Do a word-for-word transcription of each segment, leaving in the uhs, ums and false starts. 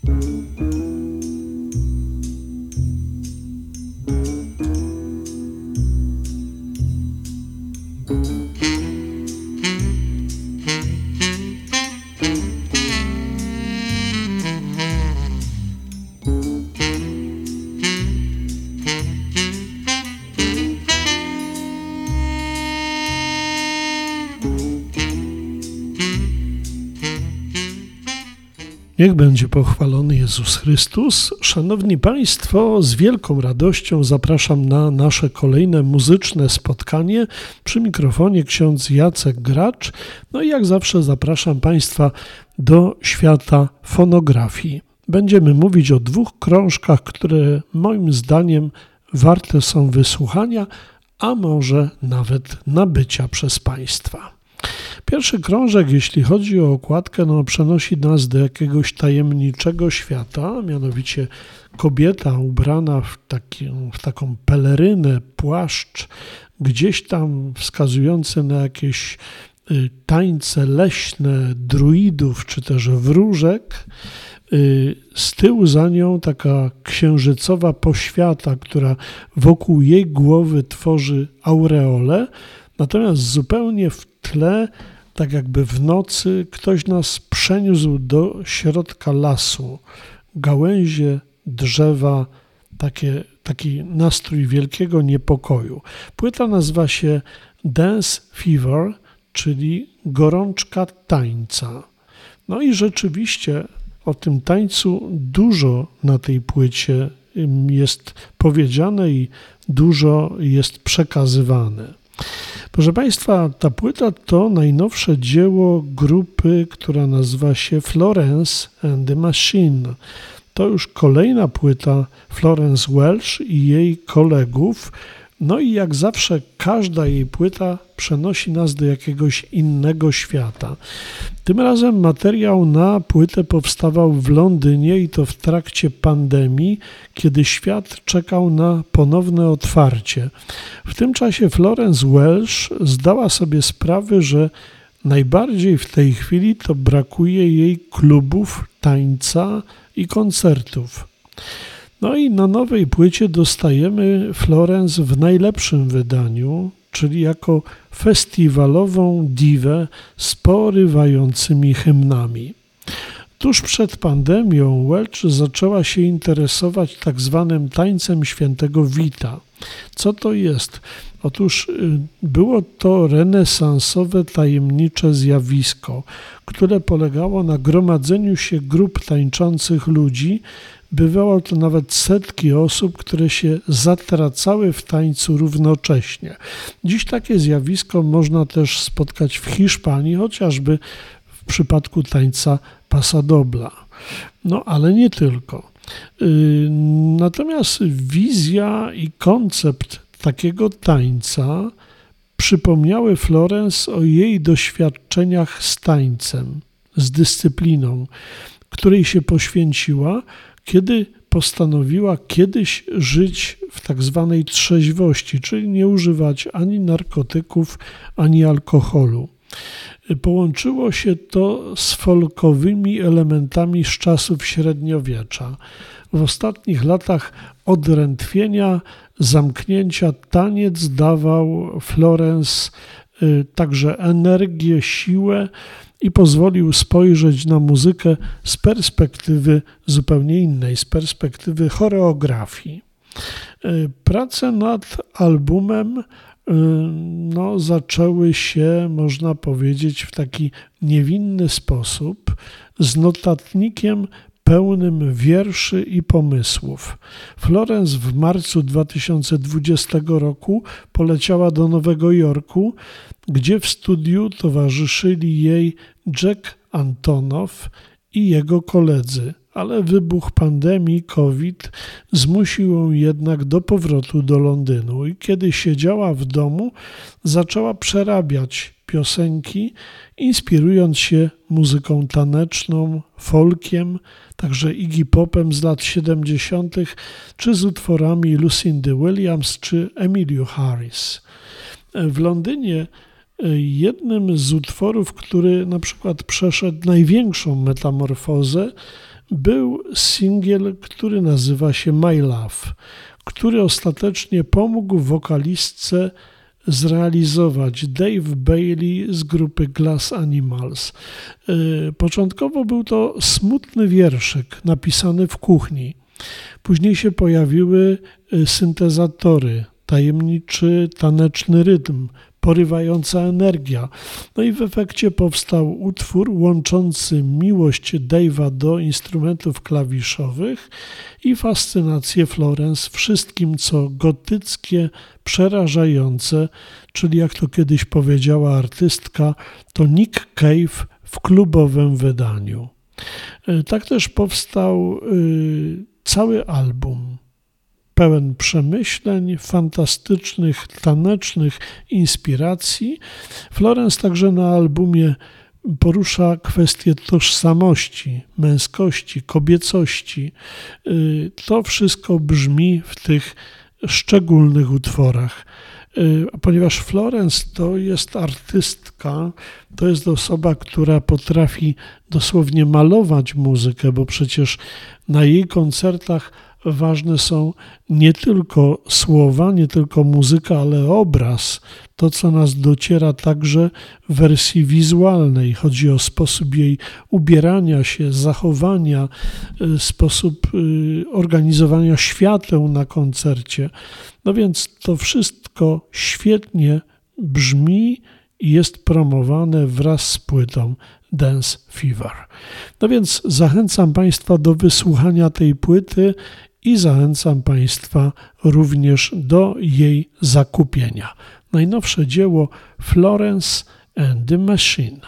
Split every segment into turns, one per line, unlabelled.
Niech będzie pochwalony Jezus Chrystus. Szanowni Państwo, z wielką radością zapraszam na nasze kolejne muzyczne spotkanie. Przy mikrofonie ksiądz Jacek Gracz. No i jak zawsze zapraszam Państwa do świata fonografii. Będziemy mówić o dwóch krążkach, które moim zdaniem warte są wysłuchania, a może nawet nabycia przez Państwa. Pierwszy krążek, jeśli chodzi o okładkę, no, przenosi nas do jakiegoś tajemniczego świata, mianowicie kobieta ubrana w, taki, w taką pelerynę, płaszcz, gdzieś tam wskazujący na jakieś y, tańce leśne druidów czy też wróżek. Y, z tyłu za nią taka księżycowa poświata, która wokół jej głowy tworzy aureolę, natomiast zupełnie w tle, tak jakby w nocy, ktoś nas przeniósł do środka lasu. Gałęzie, drzewa, takie, taki nastrój wielkiego niepokoju. Płyta nazywa się Dance Fever, czyli gorączka tańca. No i rzeczywiście o tym tańcu dużo na tej płycie jest powiedziane i dużo jest przekazywane. Proszę Państwa, ta płyta to najnowsze dzieło grupy, która nazywa się Florence and the Machine. To już kolejna płyta Florence Welch i jej kolegów. No i jak zawsze każda jej płyta przenosi nas do jakiegoś innego świata. Tym razem materiał na płytę powstawał w Londynie i to w trakcie pandemii, kiedy świat czekał na ponowne otwarcie. W tym czasie Florence Welch zdała sobie sprawę, że najbardziej w tej chwili to brakuje jej klubów, tańca i koncertów. No i na nowej płycie dostajemy Florence w najlepszym wydaniu, czyli jako festiwalową diwę z porywającymi hymnami. Tuż przed pandemią Welch zaczęła się interesować tak zwanym tańcem świętego Wita. Co to jest? Otóż było to renesansowe, tajemnicze zjawisko, które polegało na gromadzeniu się grup tańczących ludzi. Bywało to nawet setki osób, które się zatracały w tańcu równocześnie. Dziś takie zjawisko można też spotkać w Hiszpanii, chociażby w przypadku tańca pasadobla. No ale nie tylko. Natomiast wizja i koncept takiego tańca przypomniały Florence o jej doświadczeniach z tańcem, z dyscypliną, której się poświęciła, kiedy postanowiła kiedyś żyć w tak zwanej trzeźwości, czyli nie używać ani narkotyków, ani alkoholu. Połączyło się to z folkowymi elementami z czasów średniowiecza. W ostatnich latach odrętwienia, zamknięcia taniec dawał Florence y, także energię, siłę i pozwolił spojrzeć na muzykę z perspektywy zupełnie innej, z perspektywy choreografii. Y, prace nad albumem y, no, zaczęły się, można powiedzieć, w taki niewinny sposób, z notatnikiem pełnym wierszy i pomysłów. Florence w marcu dwa tysiące dwudziestego roku poleciała do Nowego Jorku, gdzie w studiu towarzyszyli jej Jack Antonoff i jego koledzy, ale wybuch pandemii COVID zmusił ją jednak do powrotu do Londynu i kiedy siedziała w domu, zaczęła przerabiać piosenki, inspirując się muzyką taneczną, folkiem, także Iggy Popem z lat siedemdziesiątych, czy z utworami Lucindy Williams, czy Emmylou Harris. W Londynie jednym z utworów, który na przykład przeszedł największą metamorfozę, był singiel, który nazywa się My Love, który ostatecznie pomógł wokalistce zrealizować Dave Bailey z grupy Glass Animals. Początkowo był to smutny wierszyk napisany w kuchni. Później się pojawiły syntezatory, tajemniczy, taneczny rytm, porywająca energia. No i w efekcie powstał utwór łączący miłość Dave'a do instrumentów klawiszowych i fascynację Florence wszystkim, co gotyckie, przerażające, czyli jak to kiedyś powiedziała artystka, to Nick Cave w klubowym wydaniu. Tak też powstał y, cały album. Pełen przemyśleń, fantastycznych, tanecznych inspiracji. Florence także na albumie porusza kwestię tożsamości, męskości, kobiecości. To wszystko brzmi w tych szczególnych utworach. Ponieważ Florence to jest artystka, to jest osoba, która potrafi dosłownie malować muzykę, bo przecież na jej koncertach ważne są nie tylko słowa, nie tylko muzyka, ale obraz. To, co nas dociera także w wersji wizualnej. Chodzi o sposób jej ubierania się, zachowania, sposób organizowania świateł na koncercie. No więc to wszystko świetnie brzmi i jest promowane wraz z płytą Dance Fever. No więc zachęcam Państwa do wysłuchania tej płyty i zachęcam Państwa również do jej zakupienia. Najnowsze dzieło Florence and the Machine.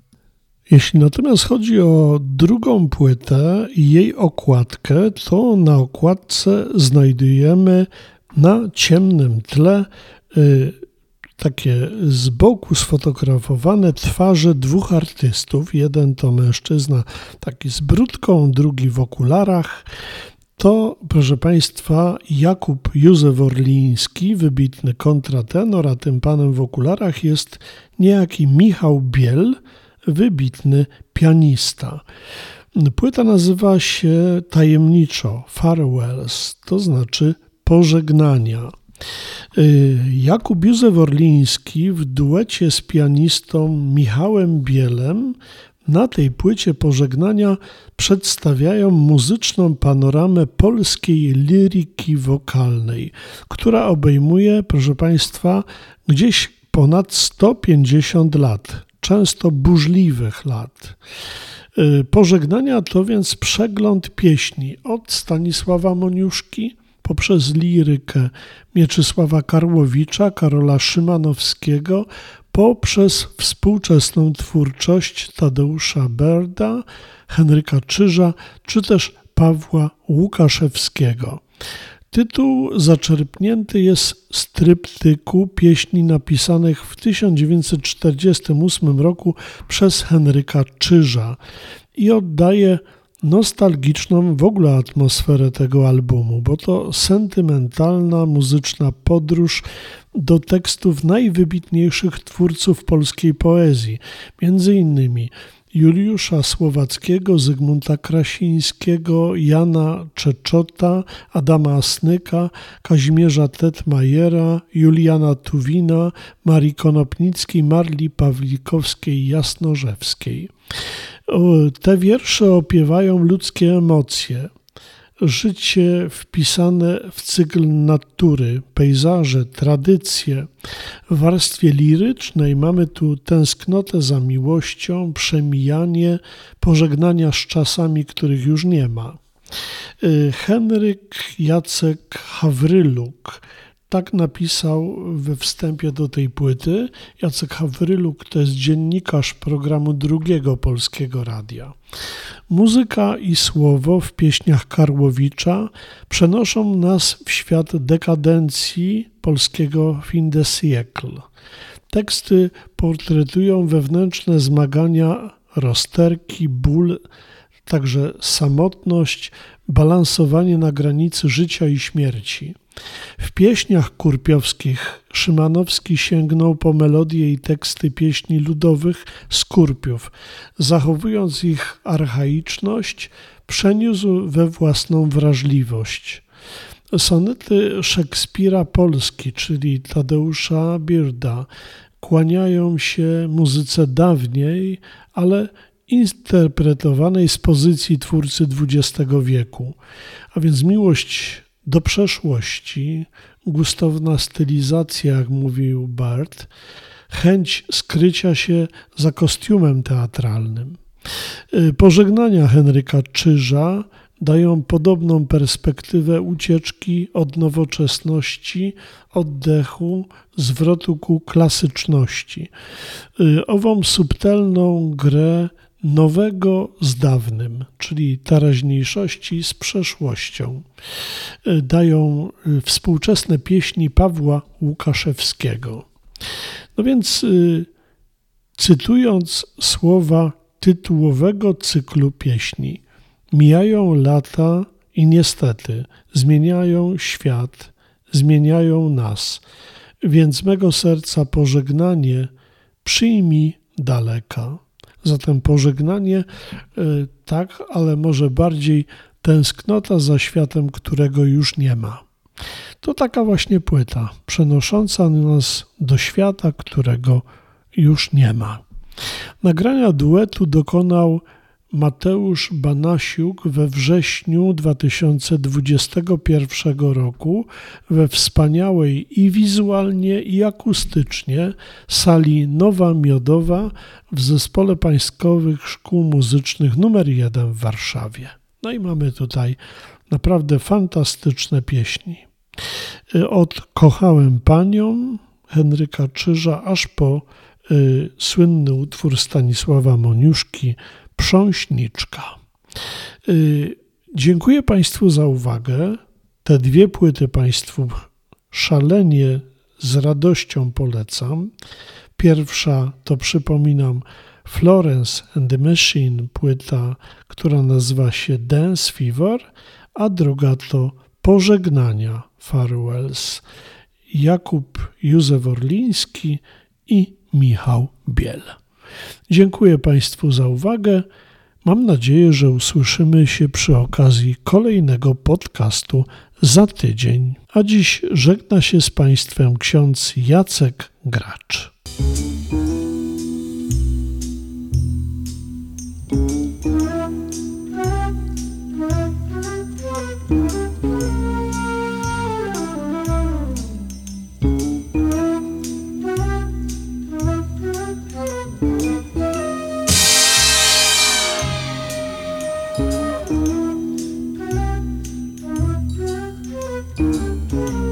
Jeśli natomiast chodzi o drugą płytę i jej okładkę, to na okładce znajdujemy na ciemnym tle y, takie z boku sfotografowane twarze dwóch artystów. Jeden to mężczyzna taki z bródką, drugi w okularach. To, proszę Państwa, Jakub Józef Orliński, wybitny kontratenor, a tym panem w okularach jest niejaki Michał Biel, wybitny pianista. Płyta nazywa się tajemniczo Farewells, to znaczy pożegnania. Jakub Józef Orliński w duecie z pianistą Michałem Bielem na tej płycie pożegnania przedstawiają muzyczną panoramę polskiej liryki wokalnej, która obejmuje, proszę Państwa, gdzieś ponad sto pięćdziesiąt lat, często burzliwych lat. Pożegnania to więc przegląd pieśni od Stanisława Moniuszki poprzez lirykę Mieczysława Karłowicza, Karola Szymanowskiego, poprzez współczesną twórczość Tadeusza Berda, Henryka Czyża, czy też Pawła Łukaszewskiego. Tytuł zaczerpnięty jest z tryptyku pieśni napisanych w tysiąc dziewięćset czterdziestym ósmym roku przez Henryka Czyża i oddaje nostalgiczną w ogóle atmosferę tego albumu, bo to sentymentalna muzyczna podróż do tekstów najwybitniejszych twórców polskiej poezji, między innymi Juliusza Słowackiego, Zygmunta Krasińskiego, Jana Czeczota, Adama Asnyka, Kazimierza Tetmajera, Juliana Tuwina, Marii Konopnickiej, Marli Pawlikowskiej i Jasnorzewskiej. Te wiersze opiewają ludzkie emocje, życie wpisane w cykl natury, pejzaże, tradycje. W warstwie lirycznej mamy tu tęsknotę za miłością, przemijanie, pożegnania z czasami, których już nie ma. Henryk Jacek Hawryluk tak napisał we wstępie do tej płyty. Jacek Hawryluk to jest dziennikarz programu Drugiego Polskiego Radia. Muzyka i słowo w pieśniach Karłowicza przenoszą nas w świat dekadencji polskiego fin de siècle. Teksty portretują wewnętrzne zmagania, rozterki, ból także samotność, balansowanie na granicy życia i śmierci. W pieśniach kurpiowskich Szymanowski sięgnął po melodie i teksty pieśni ludowych z Kurpiów. Zachowując ich archaiczność, przeniósł we własną wrażliwość. Sonety Szekspira Polski, czyli Tadeusza Birda, kłaniają się muzyce dawniej, ale interpretowanej z pozycji twórcy dwudziestego wieku. A więc miłość do przeszłości, gustowna stylizacja, jak mówił Barth, chęć skrycia się za kostiumem teatralnym. Pożegnania Henryka Czyża dają podobną perspektywę ucieczki od nowoczesności, oddechu, zwrotu ku klasyczności. Ową subtelną grę nowego z dawnym, czyli teraźniejszości z przeszłością, dają współczesne pieśni Pawła Łukaszewskiego. No więc cytując słowa tytułowego cyklu pieśni: mijają lata i niestety zmieniają świat, zmieniają nas, więc mego serca pożegnanie przyjmij daleka. Zatem pożegnanie, tak, ale może bardziej tęsknota za światem, którego już nie ma. To taka właśnie płyta, przenosząca nas do świata, którego już nie ma. Nagrania duetu dokonał Mateusz Banasiuk we wrześniu dwa tysiące dwudziestego pierwszego roku we wspaniałej i wizualnie, i akustycznie sali Nowa Miodowa w Zespole Państwowych Szkół Muzycznych numer jeden w Warszawie. No i mamy tutaj naprawdę fantastyczne pieśni. Od Kochałem Panią Henryka Czyża aż po y, słynny utwór Stanisława Moniuszki Prząśniczka. Yy, dziękuję Państwu za uwagę. Te dwie płyty Państwu szalenie z radością polecam. Pierwsza to, przypominam, Florence and the Machine, płyta, która nazywa się Dance Fever, a druga to Pożegnania, Farewells, Jakub Józef Orliński i Michał Biel. Dziękuję Państwu za uwagę. Mam nadzieję, że usłyszymy się przy okazji kolejnego podcastu za tydzień. A dziś żegna się z Państwem ksiądz Jacek Gracz.
Thank you.